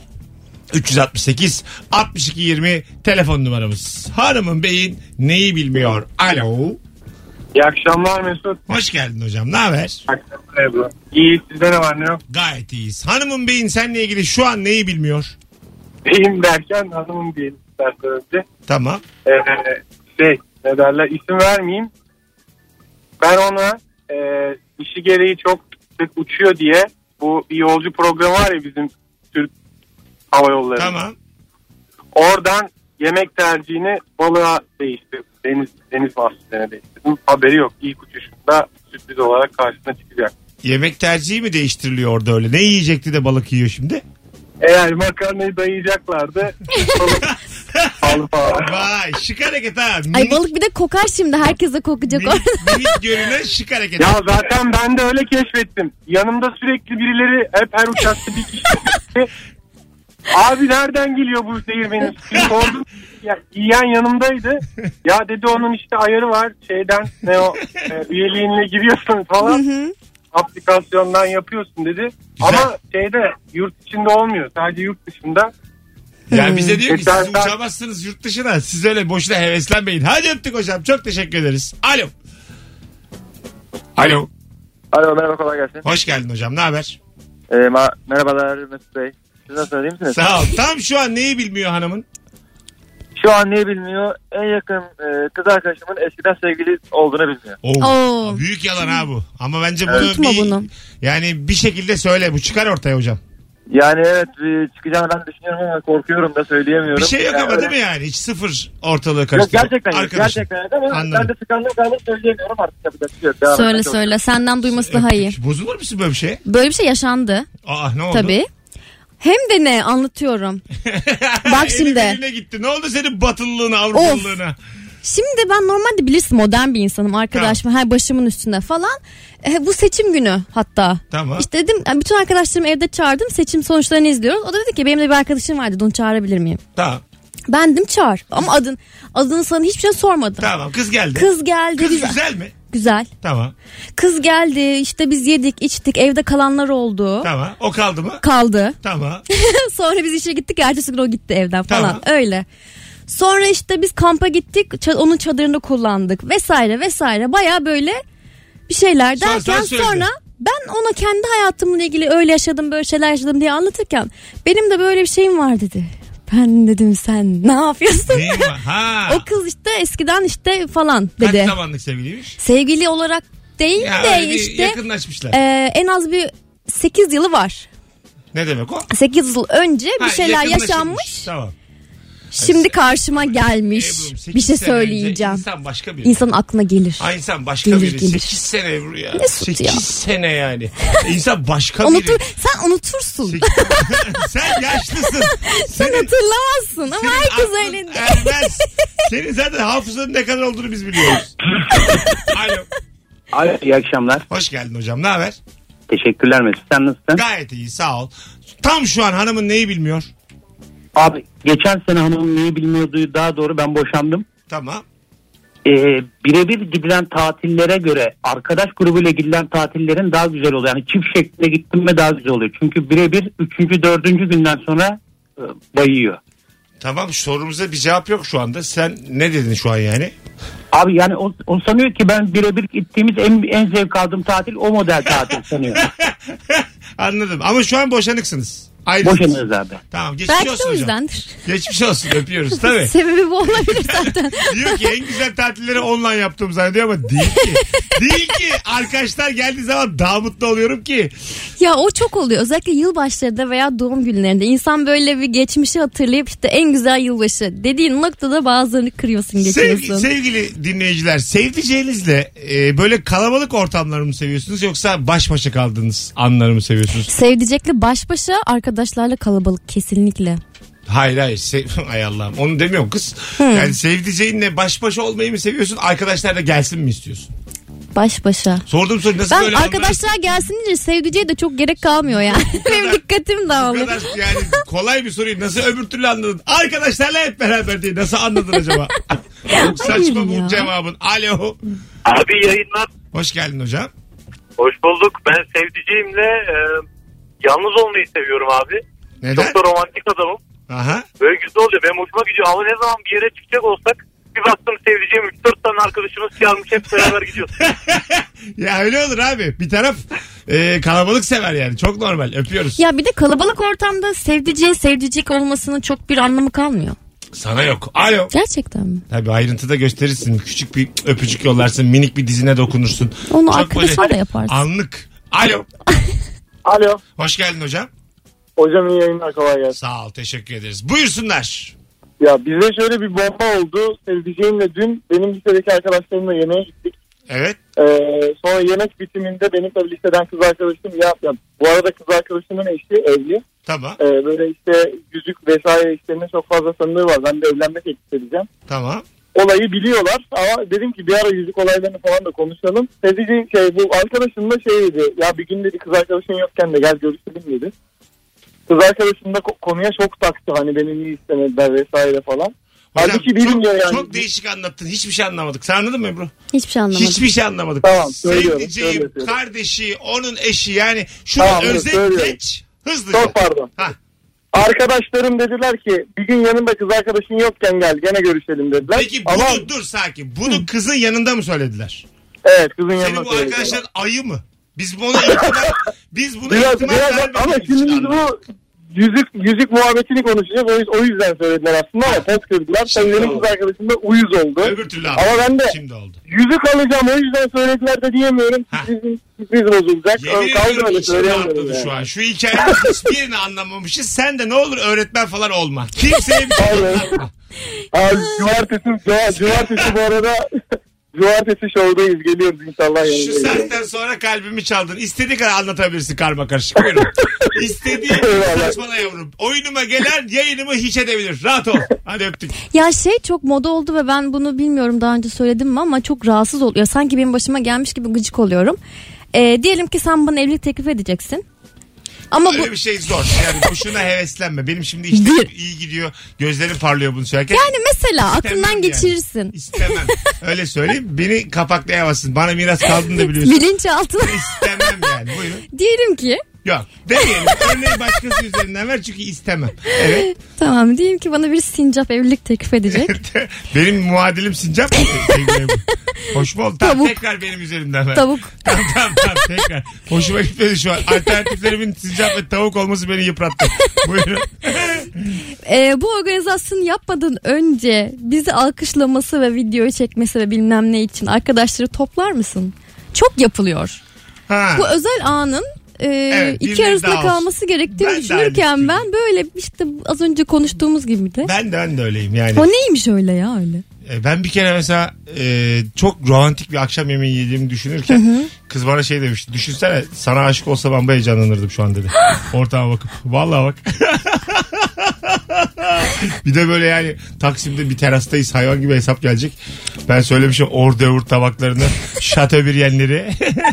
368 62 20 telefon numaramız. Hanımın beyin neyi bilmiyor? Alo. İyi akşamlar Mesut. Hoş geldin hocam. Ne haber? Ebru. İyi, sizde ne var ne yok? Gayet iyiyiz. Hanımın beyin seninle ilgili şu an neyi bilmiyor? Beyim derken hanımın beyim istersen önce. Tamam. Ne derler isim vermeyeyim. Ben ona işi gereği çok sık uçuyor diye bu bir yolcu programı var ya bizim Türk Hava Yolları. Tamam. Oradan yemek tercihini balığa değiştirdim. Deniz mahsullerine değiştirdim. Haberi yok. İlk uçuşunda sürpriz olarak karşısına çıkacak. Yemek tercihi mi değiştiriliyor orada öyle? Ne yiyecekti de balık yiyor şimdi? Eğer makarnayı dayayacaklardı balık falan. Vay şık hareket ha. Ay balık bir de kokar şimdi. Herkese kokacak orada. Minik görünen şık hareket. Ya zaten ben de öyle keşfettim. Yanımda sürekli birileri hep her uçakta bir kişi. Abi nereden geliyor bu zehir benim? Sordum. Ya, yiyen yanımdaydı. Ya dedi onun işte ayarı var. Şeyden ne o üyeliğinle giriyorsun falan. Aplikasyondan yapıyorsun dedi. Güzel. Ama yurt içinde olmuyor. Sadece yurt dışında. Yani bize diyor ki siz uçamazsınız yurt dışına. Siz öyle boşuna heveslenmeyin. Hadi öptük hocam. Çok teşekkür ederiz. Alo. Alo. Alo merhaba kolay gelsin. Hoş geldin hocam. Ne haber? Merhabalar Mesut Bey. Siz nasıl iyi misiniz? Sağ ol. Tam şu an neyi bilmiyor hanımın? Şu an neyi bilmiyor? En yakın kız arkadaşımın eskiden sevgili olduğunu bilmiyor. Oo. Büyük yalan ha bu. Ama bence bunu yani bir şekilde söyle. Bu çıkar ortaya hocam. Yani evet çıkacağını ben düşünüyorum ama korkuyorum da söyleyemiyorum. Bir şey yok ama değil mi yani? Hiç sıfır ortalığı karıştırıyor. Yok gerçekten ama anladım. Ben de tıkandım kaldım söyleyemiyorum artık. Söyle senden duyması daha iyi. Bozulur musun böyle bir şey? Böyle bir şey yaşandı. Ne oldu? Tabii. Hem de ne anlatıyorum. Bak şimdi. Eline gitti. Ne oldu senin batılılığına, Avrupalılığına? Şimdi ben normalde bilirsin modern bir insanım. Arkadaşım her başımın üstünde falan. Bu seçim günü hatta. Tamam. İşte dedim bütün arkadaşlarımı evde çağırdım. Seçim sonuçlarını izliyoruz. O da dedi ki benim de bir arkadaşım vardı. Onu çağırabilir miyim? Tamam. Ben dedim çağır. Ama adını sana hiçbir şey sormadım. Tamam kız geldi. Kız geldi. Kız güzel mi? Güzel. Tamam. Kız geldi işte biz yedik içtik evde kalanlar oldu. Tamam. O kaldı mı? Kaldı. Tamam. Sonra biz işe gittik ertesi gün o gitti evden falan tamam. Öyle. Sonra işte biz kampa gittik onun çadırını kullandık vesaire baya böyle bir şeyler derken sonra ben ona kendi hayatımla ilgili öyle yaşadım böyle şeyler yaşadım diye anlatırken benim de böyle bir şeyim var dedi. Ben dedim sen ne yapıyorsun? O kız işte eskiden işte falan dedi. Kaç zamanlık sevgiliymiş? Sevgili olarak değil ya de işte yakınlaşmışlar. En az bir 8 yılı var. Ne demek o? 8 yıl önce bir şeyler yaşanmış. Tamam. Şimdi karşıma gelmiş. Ebru'm, bir şey söyleyeceğim. İnsan başka biri. İnsanın aklına gelir. İnsan başka gelir, biri. Gelir. 8 sene Ebru ya. 8 ya. sene yani. İnsan başka biri. Sen unutursun. Sen yaşlısın. Sen hatırlamazsın ama herkes öyle. Senin zaten hafızanın ne kadar olduğunu biz biliyoruz. Alo. Alo iyi akşamlar. Hoş geldin hocam. Ne haber? Teşekkürler Mesut. Sen nasılsın? Gayet iyi sağ ol. Tam şu an hanımın neyi bilmiyor? Abi geçen sene hanımım neyi bilmiyordu, daha doğru ben boşandım. Tamam. Birebir gidilen tatillere göre arkadaş grubuyla gidilen tatillerin daha güzel oluyor. Yani çift şeklinde gittim mi daha güzel oluyor. Çünkü birebir 3. 4. günden sonra bayıyor. Tamam sorumuza bir cevap yok şu anda. Sen ne dedin şu an yani? Abi yani o sanıyor ki ben birebir gittiğimiz en zevk aldığım tatil o model tatil sanıyor. Anladım ama şu an boşanıksınız. Boşanırız abi. Tamam geçmiş belki olsun hocam. Belki o yüzdendir. Geçmiş olsun öpüyoruz tabii. Sebebi bu olabilir zaten. Diyor ki en güzel tatilleri online yaptığım zannediyor ama değil ki. Değil ki. Arkadaşlar geldiği zaman daha mutlu oluyorum ki. Ya o çok oluyor. Özellikle yılbaşlarında veya doğum günlerinde. İnsan böyle bir geçmişi hatırlayıp işte en güzel yılbaşı dediğin noktada bazılarını kırıyorsun geçiyorsun. Sevgili dinleyiciler sevdiceğinizle böyle kalabalık ortamları mı seviyorsunuz yoksa baş başa kaldığınız anları mı seviyorsunuz? Sevdicekle baş başa arkadaşlarla kalabalık kesinlikle. Hayır. Ay Allah'ım onu demiyorum kız. Yani sevdiceğinle baş başa olmayı mı seviyorsun arkadaşlar da gelsin mi istiyorsun? Baş başa. Sorduğum soru nasıl ben böyle arkadaşlar anlarsın? gelsin deyince sevdiceğe de çok gerek kalmıyor yani. Benim dikkatim dağılıyor. Bu kadar yani kolay bir soruyu nasıl öbür türlü anladın? Arkadaşlarla hep beraber diye nasıl anladın acaba? Çok saçma bu cevabın. Alo. Abi yayınlar. Hoş geldin hocam. Hoş bulduk. Ben sevdiceğimle yalnız olmayı seviyorum abi. Neden? Çok da romantik adamım. Aha. Böyle güzel oluyor. Benim hoşuma gidiyor. Ama ne zaman bir yere çıkacak olsak bir baktım sevdiceğim 3-4 tane arkadaşımız gelmiş hep beraber gidiyoruz. Ya öyle olur abi. Bir taraf kalabalık sever yani. Çok normal. Öpüyoruz. Ya bir de kalabalık ortamda sevdicek olmasının çok bir anlamı kalmıyor. Sana yok. Alo. Gerçekten mi? Tabii ayrıntıda gösterirsin. Küçük bir öpücük yollarsın. Minik bir dizine dokunursun. Onu arkadaşlar da yaparsın. Anlık. Alo. Alo. Hoş geldin hocam. Hocam iyi yayınlar kolay gelsin. Sağ ol teşekkür ederiz. Buyursunlar. Ya bize şöyle bir bomba oldu. Sevdiceğimle dün benim lisedeki arkadaşlarımla yemeğe gittik. Evet. Sonra yemek bitiminde benim tabii liseden kız arkadaşım bu arada kız arkadaşımın eşi evli. Tamam. Böyle işte yüzük vesaire işlerine çok fazla tanıdığı var. Ben de evlenmek teklif edeceğim. Tamam. Olayı biliyorlar ama dedim ki bir ara yüzük olaylarını falan da konuşalım. Sevdiceğim bu arkadaşım da dedi. Ya bir gün dedi kız arkadaşın yokken de gel görüşelim dedi. Kız arkadaşım da konuya çok taktı. Hani beni niye istemediler vesaire falan. Hocam, halbuki bilmiyor yani. Çok değişik anlattın. Hiçbir şey anlamadık. Sen anladın mı Ebru? Hiçbir şey anlamadım. Hiçbir şey anlamadık. Tamam, sevdiceğim, kardeşi, onun eşi yani şunu özetleç hızlıca. Çok pardon. Arkadaşlarım dediler ki bir gün yanında kız arkadaşın yokken gel gene görüşelim dediler. Peki bunu dur sakin. Bunu kızın yanında mı söylediler? Evet kızın yanında söylediler. Senin bu arkadaşların ayı mı? Biz bunu biraz ama şimdi bu yüzük muhabbetini konuşacağız. O yüzden söylediler aslında ama pot kırdılar. Tabii benim kız arkadaşım da uyuz oldu. Öbür türlü ama ben de yüzük alacağım o yüzden söylediler de diyemiyorum. Sürpriz bozulacak. Yemin ediyorum şu an. Şu hikayenin hiçbirini anlamamışız. Sen de ne olur öğretmen falan olma. Kimseye bir şey anlatma. Abi cumartesi bu arada cumartesi şovdayız geliyoruz inşallah. Şu saatten sonra kalbimi çaldın. İstediğin kadar anlatabilirsin karma karışık. Buyurun. İstediğin saçmala yavrum. Oyunuma gelen yayınımı hiç edebilir. Rahat ol. Hadi öptük. Ya çok moda oldu ve ben bunu bilmiyorum daha önce söyledim mi ama çok rahatsız oluyor. Sanki benim başıma gelmiş gibi gıcık oluyorum. Diyelim ki sen bana evlilik teklif edeceksin. Ama öyle bir şey zor. Yani boşuna heveslenme. Benim şimdi işte iyi gidiyor. Gözlerim parlıyor bunu söylerken. Yani mesela aklından geçirirsin. İstemem. Öyle söyleyeyim. Beni kapaklayamazsın. Bana miras kaldığını da biliyorsun. Bilinçaltına. İstemem yani. Buyurun. Diyelim ki. Yok. Demeyelim. Örneği başkası üzerinden ver çünkü istemem. Evet. Tamam. Diyelim ki bana bir sincap evlilik teklif edecek. Benim muadilim sincap mı? Hoş mu oldu? Tamam, tekrar benim üzerimden ver. Tavuk. Tamam tekrar. Hoşuma gitmedi şu an. Alternatiflerimin sincap ve tavuk olması beni yıprattı. Buyurun. Bu organizasyonu yapmadan önce bizi alkışlaması ve videoyu çekmesi ve bilmem ne için arkadaşları toplar mısın? Çok yapılıyor. Bu özel anın iki arasında kalması gerektiğini düşünürken ben böyle işte az önce konuştuğumuz gibi de. Ben de öyleyim yani. O neymiş öyle ya öyle? Ben bir kere mesela çok romantik bir akşam yemeği yediğimi düşünürken kız bana şey demişti. Düşünsene sana aşık olsa ben heyecanlanırdım şu an dedi. Ortama bakıp. Vallahi bak. Bir de böyle yani Taksim'de bir terastayız hayvan gibi hesap gelecek. Ben söylemişim ordövür tabaklarını şatöbiryenleri.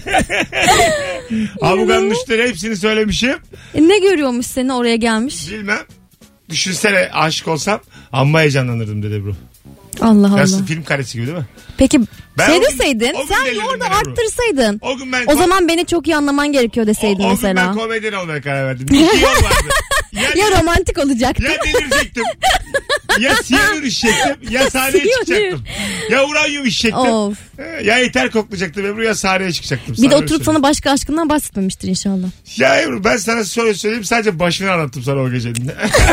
Abuganmışları hepsini söylemişim. Ne görüyormuş seni oraya gelmiş? Bilmem. Düşünsene aşık olsam amma heyecanlanırdım dedi bro. Allah Allah. Nasıl film karesi gibi değil mi? Peki deseydin sen orada arttırsaydın. O zaman beni çok iyi anlaman gerekiyor deseydin mesela. O gün ben komedyen olmaya karar verdim. İki yol vardı. Ya romantik olacaktım. Ya delirecektim. Ya siyanür içecektim. Ya sahneye çıkacaktım. Ya uranyum içecektim. Of. Ya yeter koklayacaktım Ebru ya sahneye çıkacaktım. Bir de oturup sana başka aşkından bahsetmemiştir inşallah. Ya Ebru ben sana şöyle söyleyeyim sadece başını anlattım sana o gecenin.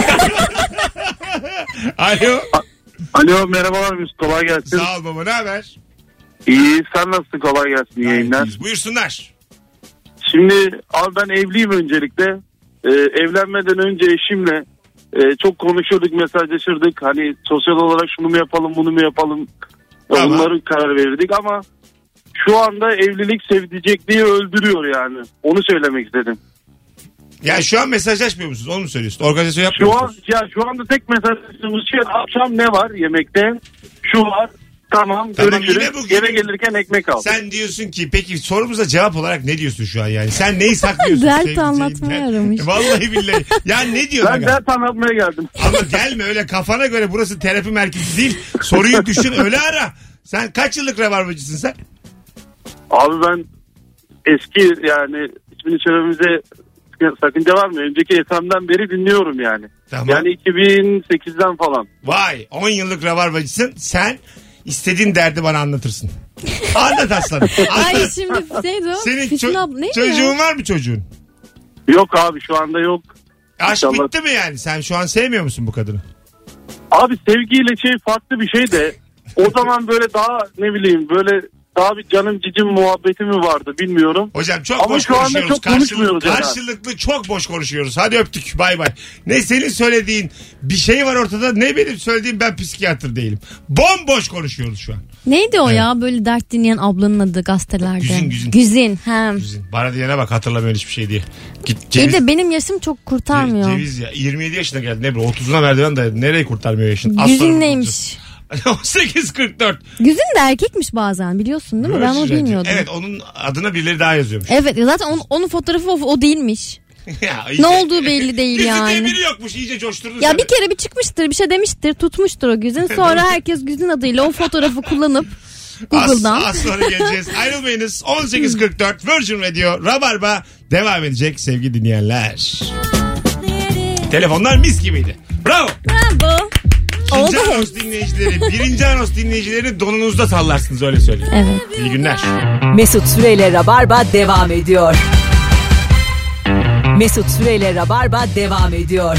Alo. Alo merhabalar Mesut kolay gelsin. Sağ ol baba ne haber? İyi sen nasılsın kolay gelsin iyi yayınlar. Buyursunlar. Şimdi abi ben evliyim öncelikle. Evlenmeden önce eşimle çok konuşurduk mesajlaşırdık. Hani sosyal olarak şunu mu yapalım bunu mu yapalım. Tamam. Bunları karar verirdik ama şu anda evlilik sevdicekliği öldürüyor yani. Onu söylemek istedim. Ya şu an mesajlaşmıyor musunuz? Onu mu söylüyorsun? Organizasyon yapmıyor musunuz? Şu anda tek mesajlaştığımız şey akşam ne var yemekte? Şu var. Tamam görüşürüz. Eve gelirken ekmek al. Sen diyorsun ki peki sorumuza cevap olarak ne diyorsun şu an yani? Sen neyi saklıyorsun? Dert anlatmaya aramış. Vallahi billahi. Ya ne diyorsun? Ben dert anlatmaya geldim. Ama gelme öyle kafana göre burası terapi merkezi değil. Soruyu düşün öyle ara. Sen kaç yıllık rabarbacısın sen? Abi ben eski yani ismini söylememize sakınca var mı? Önceki esamdan beri dinliyorum yani. Tamam. Yani 2008'den falan. Vay 10 yıllık rabarbacısın. Sen istediğin derdi bana anlatırsın. Anlat aslanım. Ay şimdi neydi o? Senin çocuğun var mı çocuğun? Yok abi şu anda yok. Aşk İnşallah. Bitti mi yani? Sen şu an sevmiyor musun bu kadını? Abi sevgiyle farklı bir şey de o zaman böyle daha ne bileyim böyle daha bir canım cicim muhabbeti mi vardı bilmiyorum. Hocam çok ama boş şu anda konuşuyoruz. çok konuşmuyoruz. Karşılıklı çok boş konuşuyoruz. Hadi öptük. Bay bay. Ne senin söylediğin bir şey var ortada, ne benim söylediğim, ben psikiyatr değilim. Bomboş konuşuyoruz şu an. Neydi o ya böyle dert dinleyen ablanın adı gazetelerde? Güzin. Güzin. Bana diyene bak, hatırlamıyorum hiçbir şey diye. Git ceviz. İyi de benim yaşım çok kurtarmıyor. Ceviz ya. 27 yaşına geldi. Ne bileyim 30'una merdiven dayadı. Nereye kurtarmıyor yaşın? Güzin neymiş? 18.44. Güzin de erkekmiş bazen, biliyorsun değil mi? Ben onu bilmiyordum. Evet, onun adına birileri daha yazıyormuş. Evet, zaten onun fotoğrafı o değilmiş. Ya, ne olduğu belli değil yani. Güzin biri yokmuş, iyice coşturdun. Ya bir kere bir çıkmıştır, bir şey demiştir, tutmuştur o Güzin. Sonra herkes Güzin adıyla o fotoğrafı kullanıp Google'dan. Az sonra geleceğiz. Ayrılmayınız. 18.44 Virgin Radio Rabarba devam edecek sevgili dinleyenler. Telefonlar mis gibiydi. Bravo. Bravo. İkinci anons dinleyicileri, birinci anons dinleyicilerini donunuzda sallarsınız, öyle söyleyeyim. Evet. İyi günler. Mesut Süreyle Rabarba devam ediyor. Mesut Süreyle Rabarba devam ediyor.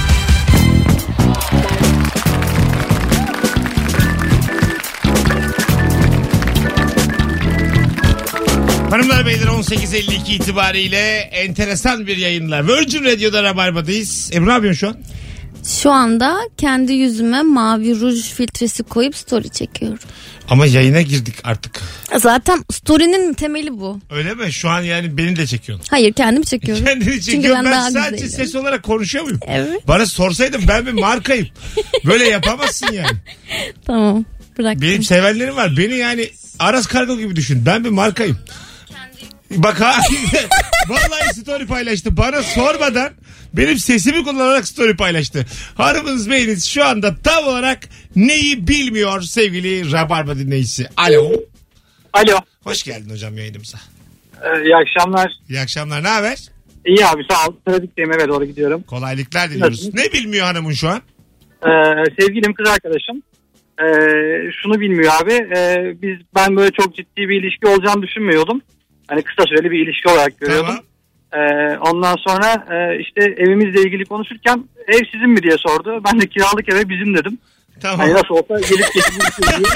Hanımlar beyler, 18.52 itibariyle enteresan bir yayınla Virgin Radio'da Rabarba'dayız. Ebru ne yapıyorsun şu an? Şu anda kendi yüzüme mavi ruj filtresi koyup story çekiyorum. Ama yayına girdik artık. Zaten story'nin temeli bu. Öyle mi? Şu an yani beni de çekiyorsun. Hayır, kendimi çekiyorum. Kendini çekiyorum. Çünkü ben daha sadece güzelim. Ses olarak konuşuyor muyum? Evet. Bana sorsaydın, ben bir markayım. Böyle yapamazsın yani. Tamam, bıraktım. Benim sevenlerim var. Beni yani Aras Kargo gibi düşün. Ben bir markayım. Bak ha. Vallahi story paylaştı. Bana sormadan benim sesimi kullanarak story paylaştı. Hanımınız beyiniz şu anda tam olarak neyi bilmiyor sevgili Rabarba dinleyicisi. Alo. Alo. Hoş geldin hocam yayınımıza. İyi akşamlar. İyi akşamlar, ne haber? İyi abi, sağ ol. Trafikteyim, eve doğru gidiyorum. Kolaylıklar diliyoruz. Ne bilmiyor hanımın şu an? Sevgilim, kız arkadaşım. Şunu bilmiyor abi. Ben böyle çok ciddi bir ilişki olacağını düşünmüyordum. Hani kısa süreli bir ilişki olarak görüyordum. Tamam. Ondan sonra işte evimizle ilgili konuşurken ev sizin mi diye sordu. Ben de kiralık eve bizim dedim. Tamam. Hani nasıl olsa gelip geçici diye.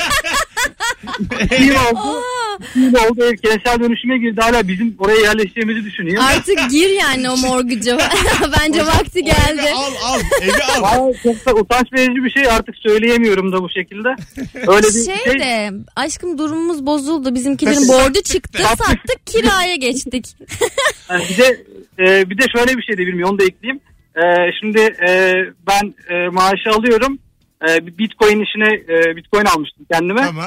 İyi oldu. Ev kentsel dönüşüme girdi. Hala bizim oraya yerleşeceğimizi düşünüyor. Artık gir yani o morguca. Bence vakti geldi. Evi al. Çok da utanç verici bir şey, artık söyleyemiyorum da bu şekilde. Öyle bir şey. De aşkım, durumumuz bozuldu. Bizimkilerin borcu çıktı. Sattık, kiraya geçtik. Bir de şöyle bir şey de bilmiyorum, onu da ekleyeyim. Şimdi ben maaşı alıyorum. Bitcoin Bitcoin almıştım kendime. Tamam.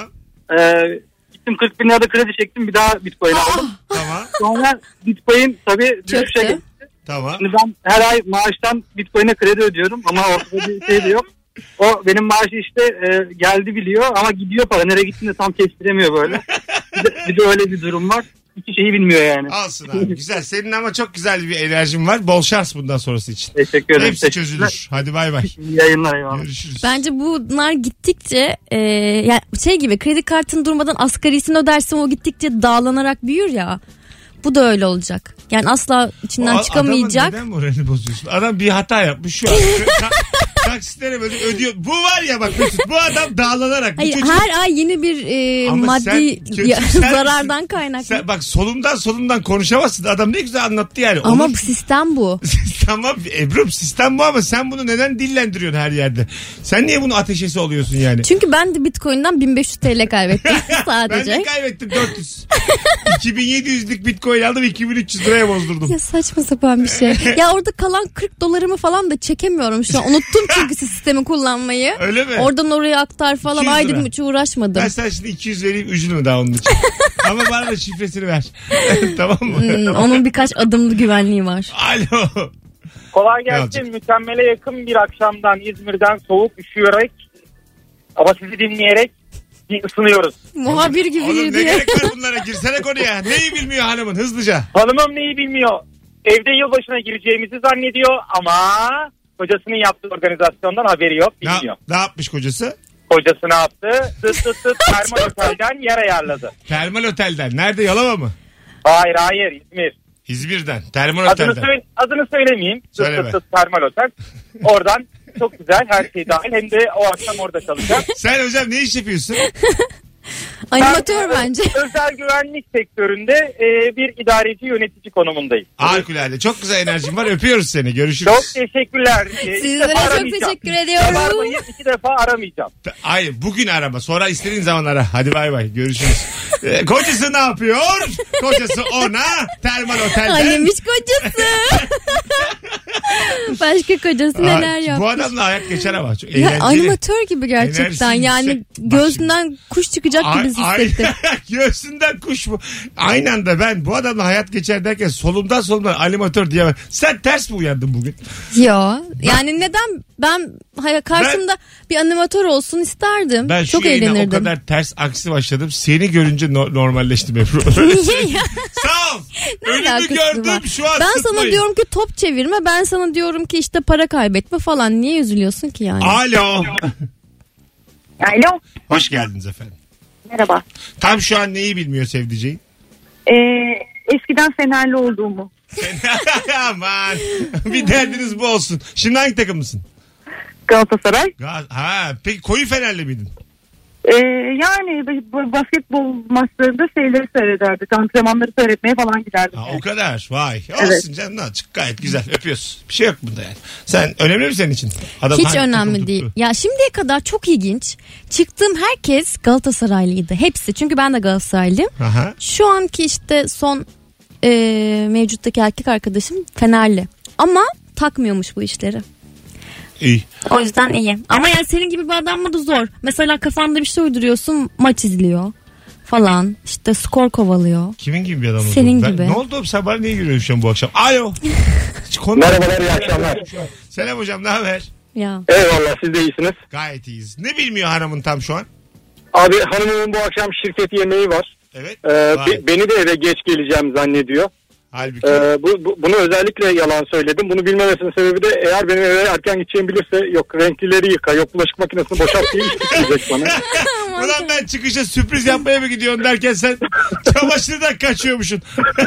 Gittim 40 bin lirada kredi çektim, bir daha Bitcoin aldım. Tamam. Sonra Bitcoin tabii düşüşe geçti. Tamam. Şimdi ben her ay maaştan Bitcoin'e kredi ödüyorum ama ortada bir şey de yok. O benim maaşı işte geldi biliyor ama gidiyor para. Nereye gittiğini de tam kestiremiyor böyle. Bir de öyle bir durum var. İki şeyi bilmiyor yani. Alsın abi. Güzel. Senin ama çok güzel bir enerjin var. Bol şans bundan sonrası için. Teşekkür ederim. Hepsi çözülür. Hadi bay bay. İyi yayınlar. Eyvallah. Görüşürüz. Bence bunlar gittikçe yani şey gibi, kredi kartını durmadan asgarisini ödersen o gittikçe dağlanarak büyür ya. Bu da öyle olacak. Yani asla içinden çıkamayacak. Adamın neden moralini bozuyorsun? Adam bir hata yapmış şu an. Taksitlere böyle ödüyor. Bu var ya bak Mesut, bu adam dağlanarak. Hayır, çocuk... her ay yeni bir maddi zarardan kaynaklı. Sen bak solumdan konuşamazsın. Adam ne güzel anlattı yani. Ama bu sistem bu. Tamam Ebru, sistem bu ama sen bunu neden dillendiriyorsun her yerde? Sen niye bunu ateşesi oluyorsun yani? Çünkü ben de Bitcoin'den 1500 TL kaybettim sadece. Ben de kaybettim 400. 2700'lük Bitcoin aldım, 2300 liraya bozdurdum. Ya saçma sapan bir şey. Ya orada kalan 40 dolarımı falan da çekemiyorum şu an. Unuttum çünkü sistemi kullanmayı. Öyle mi? Oradan oraya aktar falan. Ay dedim, hiç uğraşmadım. Ben sana şimdi 200 vereyim, ücünü daha onun için. Ama bana da şifresini ver. Tamam mı? Onun birkaç adımlı güvenliği var. Alo. Kolay gelsin. Mükemmele yakın bir akşamdan İzmir'den soğuk üşüyerek ama sizi dinleyerek ısınıyoruz. Muhabir gibi Oğlum girdi. ne gerek var bunlara? Girsene konuya. Neyi bilmiyor hanımın, hızlıca? Hanımım neyi bilmiyor? Evde yılbaşına gireceğimizi zannediyor ama kocasının yaptığı organizasyondan haberi yok, bilmiyor. Ne yapmış kocası? Kocası ne yaptı? Termal otelden yer ayarladı. Termal otelden. Nerede, Yalova mı? Hayır İzmir. İzmir'den. Termal otelden. Adını söylemeyeyim. Söyleme. Termal otel. Oradan çok güzel, her şey dahil. Hem de o akşam orada çalacak. Sen hocam ne iş yapıyorsun? Animatör bence. Özel güvenlik sektöründe bir idareci yönetici konumundayım. Harikulade. Çok güzel enerjin var. Öpüyoruz seni. Görüşürüz. Çok teşekkürler. Sizlere çok teşekkür ediyorum. Aramayı 2 defa aramayacağım. Hayır, bugün arama. Sonra istediğin zaman ara. Hadi bay bay. Görüşürüz. Kocası ne yapıyor? Kocası ona termal otelden. Annemiş kocası. Başka kocası neler yapmış. Bu adamla hayat geçer ama. Çok ya, eğlenceli. animatör gibi gerçekten. Enerjisi Yani yüksek. gözünden kuş çıkacak gibi hissettim. Göğsünden kuş mu? Aynı anda ben bu adamla hayat geçer derken solumdan animatör diyemem. Sen ters mi uyandın bugün? Yo. Yani neden ben karşımda bir animatör olsun isterdim. Ben şu çok yayına eğlenirdim. o kadar ters aksi başladım. Seni görünce normalleştim Ebru. Niye ya? Sağ ol. Önümü alakası gördüm var? şu an Ben sıtmayın. sana diyorum ki top çevirme. Ben sana diyorum ki işte para kaybetme falan. Niye üzülüyorsun ki yani? Alo. Alo. Hoş geldiniz efendim. Merhaba. Tam şu an neyi bilmiyor sevdiceğin? Eskiden Fenerli olduğumu. Aman. Bir derdiniz bu olsun. Şimdi hangi takımlısın? Galatasaray. Peki koyu Fenerli miydin? Yani basketbol maçlarında şeyleri seyrederdik. Antrenmanları seyretmeye falan giderdik. O kadar. Vay. Evet. Olsun canım. Çık gayet güzel. Öpüyoruz. Bir şey yok bunda yani. Sen önemli mi senin için? Adam Hiç hangi önemli takım değil. tuttu? Ya şimdiye kadar çok ilginç. Çıktığım herkes Galatasaraylıydı. Hepsi. Çünkü ben de Galatasaraylıyım. Aha. Şu anki işte son mevcuttaki erkek arkadaşım Fenerli. Ama takmıyormuş bu işleri. İyi. O yüzden iyi. Ama yani senin gibi bir adamla da zor. Mesela kafanda bir şey uyduruyorsun, maç izliyor falan. İşte skor kovalıyor. Kimin gibi bir adam oldun? Senin gibi. Ne oldu oğlum, sen bana niye gülüyorsun bu akşam? Alo. Merhabalar, iyi akşamlar. Selam hocam, ne haber? Ya. Eyvallah, siz de iyisiniz. Gayet iyiyiz. Ne bilmiyor hanımın tam şu an? Abi hanımımın bu akşam şirket yemeği var. Evet. Beni de eve geç geleceğim zannediyor. Halbuki. Bunu özellikle yalan söyledim. Bunu bilmemesinin sebebi de eğer benim eve erken gideceğimi bilirse yok renklileri yıka, yok bulaşık makinesini boşalt diye iş bitirecek bana. Ulan ben çıkışa sürpriz yapmaya mı gidiyorsun derken sen çamaşırdan kaçıyormuşsun.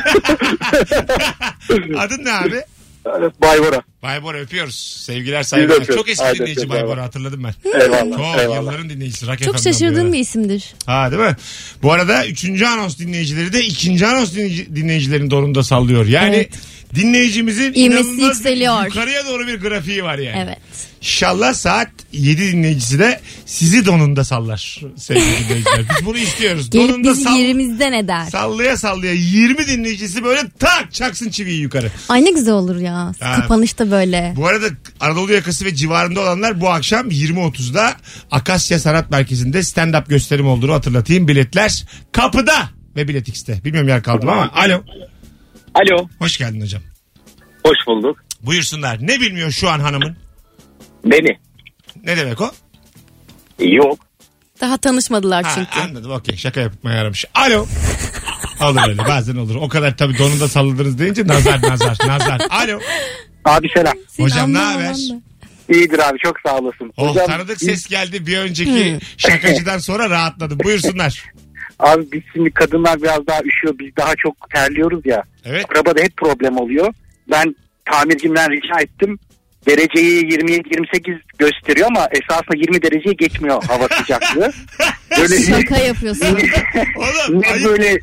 Adın ne abi? Baybora. Baybora öpüyoruz. Sevgiler saygılar. Çok eski Haydi, dinleyici eyvallah. Baybora, hatırladım ben. Eyvallah. Çok eyvallah. yılların dinleyicisi. Rock Çok FM'den şaşırdığım bir isimdir. Ha, değil mi? Bu arada 3. anons dinleyicileri de 2. anons dinleyicilerin donunda sallıyor. Yani Evet. dinleyicimizin İvmesi inanılmaz yükseliyor. yukarıya doğru bir grafiği var yani. Evet. İnşallah saat 7 dinleyicisi de sizi donunda sallar sevgili dinleyiciler. Biz bunu istiyoruz. Gelip Donunda bizi yerimizden eder. sallaya sallaya 20 dinleyicisi böyle tak çaksın çiviyi yukarı. Ay ne güzel olur ya. Kapanışta böyle. Bu arada Anadolu yakası ve civarında olanlar bu akşam 20.30'da Akasya Sanat Merkezi'nde stand-up gösterim olduğunu hatırlatayım. Biletler kapıda ve Bilet X'te. Bilmiyorum yer kaldım ama. Alo. Alo. Hoş geldin hocam. Hoş bulduk. Buyursunlar. Ne bilmiyor şu an hanımın? Beni. Ne demek o? Yok. Daha tanışmadılar çünkü. Anladım, okey, şaka yapmaya yaramış. Alo. Olur öyle, bazen olur. O kadar tabii donunda salladınız deyince nazar. Alo. Abi selam. Hocam ne haber? İyidir abi, çok sağ olasın. Oh, Hocam, tanıdık ses geldi bir önceki şakacıdan sonra rahatladım. Buyursunlar. Abi biz şimdi kadınlar biraz daha üşüyor, biz daha çok terliyoruz ya. Evet. Arabada hep problem oluyor. Ben tamircimden rica ettim. Dereceyi 27-28 gösteriyor ama esasında 20 dereceyi geçmiyor hava sıcaklığı. Böyle Şaka yapıyorsun. Oğlum, niye böyle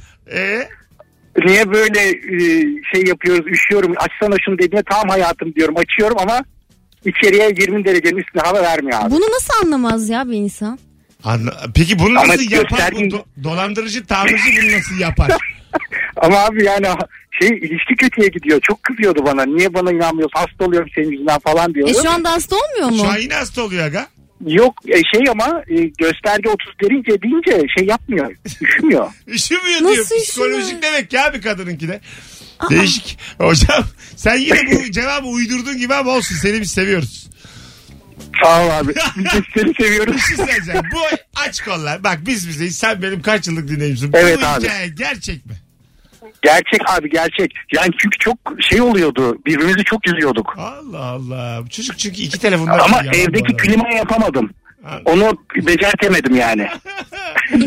niye böyle şey yapıyoruz, üşüyorum, açsana şunu dediğine tamam hayatım diyorum, açıyorum ama içeriye 20 derecenin üstüne hava vermiyor abi. Bunu nasıl anlamaz ya bir insan? Peki bunu Ama nasıl yapar? gösterdiğin- Bu dolandırıcı tamirci bunu nasıl yapar? Ama abi yani ilişki kötüye gidiyor. Çok kızıyordu bana. Niye bana inanmıyorsun? Hasta oluyorum senin yüzünden falan diyordu. Şu anda hasta olmuyor mu? Şu an yine hasta oluyor aga. Yok ama gösterge 30 deyince şey yapmıyor. Üşümüyor. Üşümüyor Nasıl diyor. Psikolojik demek ya bir kadınınki de. Değişik. Hocam sen yine bu cevabı uydurduğun gibi ama olsun. Seni biz seviyoruz. Sağ ol abi. Biz de seni seviyoruz. Bir şey söyleyeceğim. Bu aç kollar. Bak biz bizeyiz. Sen benim kaç yıllık dinleyicimsin. Evet bu abi. hikaye gerçek mi? Gerçek abi, gerçek. Yani çünkü çok şey oluyordu. Birbirimizi çok üzüyorduk. Allah Allah. Çocuk çünkü 2 telefonda. Ama evdeki klimayı yapamadım. Onu becertemedim yani.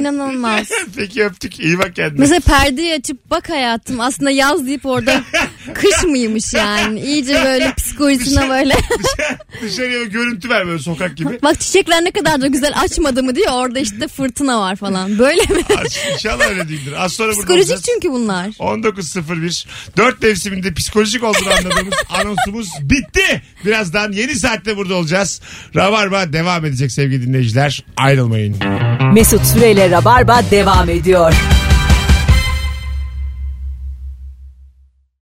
İnanılmaz. Peki öptük. İyi bak kendine. Mesela perdeyi açıp bak hayatım aslında yaz deyip orada kış mıymış yani? İyice böyle psikolojisine böyle. Dışarıya görüntü ver böyle sokak gibi. Bak çiçekler ne kadar da güzel açmadı mı diyor. Orada işte fırtına var falan. Böyle mi? İnşallah öyle değildir. Az sonra psikolojik çünkü bunlar. 19.01 4 mevsiminde psikolojik olduğunu anladığımız anonsumuz bitti. Birazdan yeni saatte burada olacağız. Rabarba devam edecek sevgili dinleyiciler. Ayrılmayın. Mesut Süreyle Rabarba devam ediyor.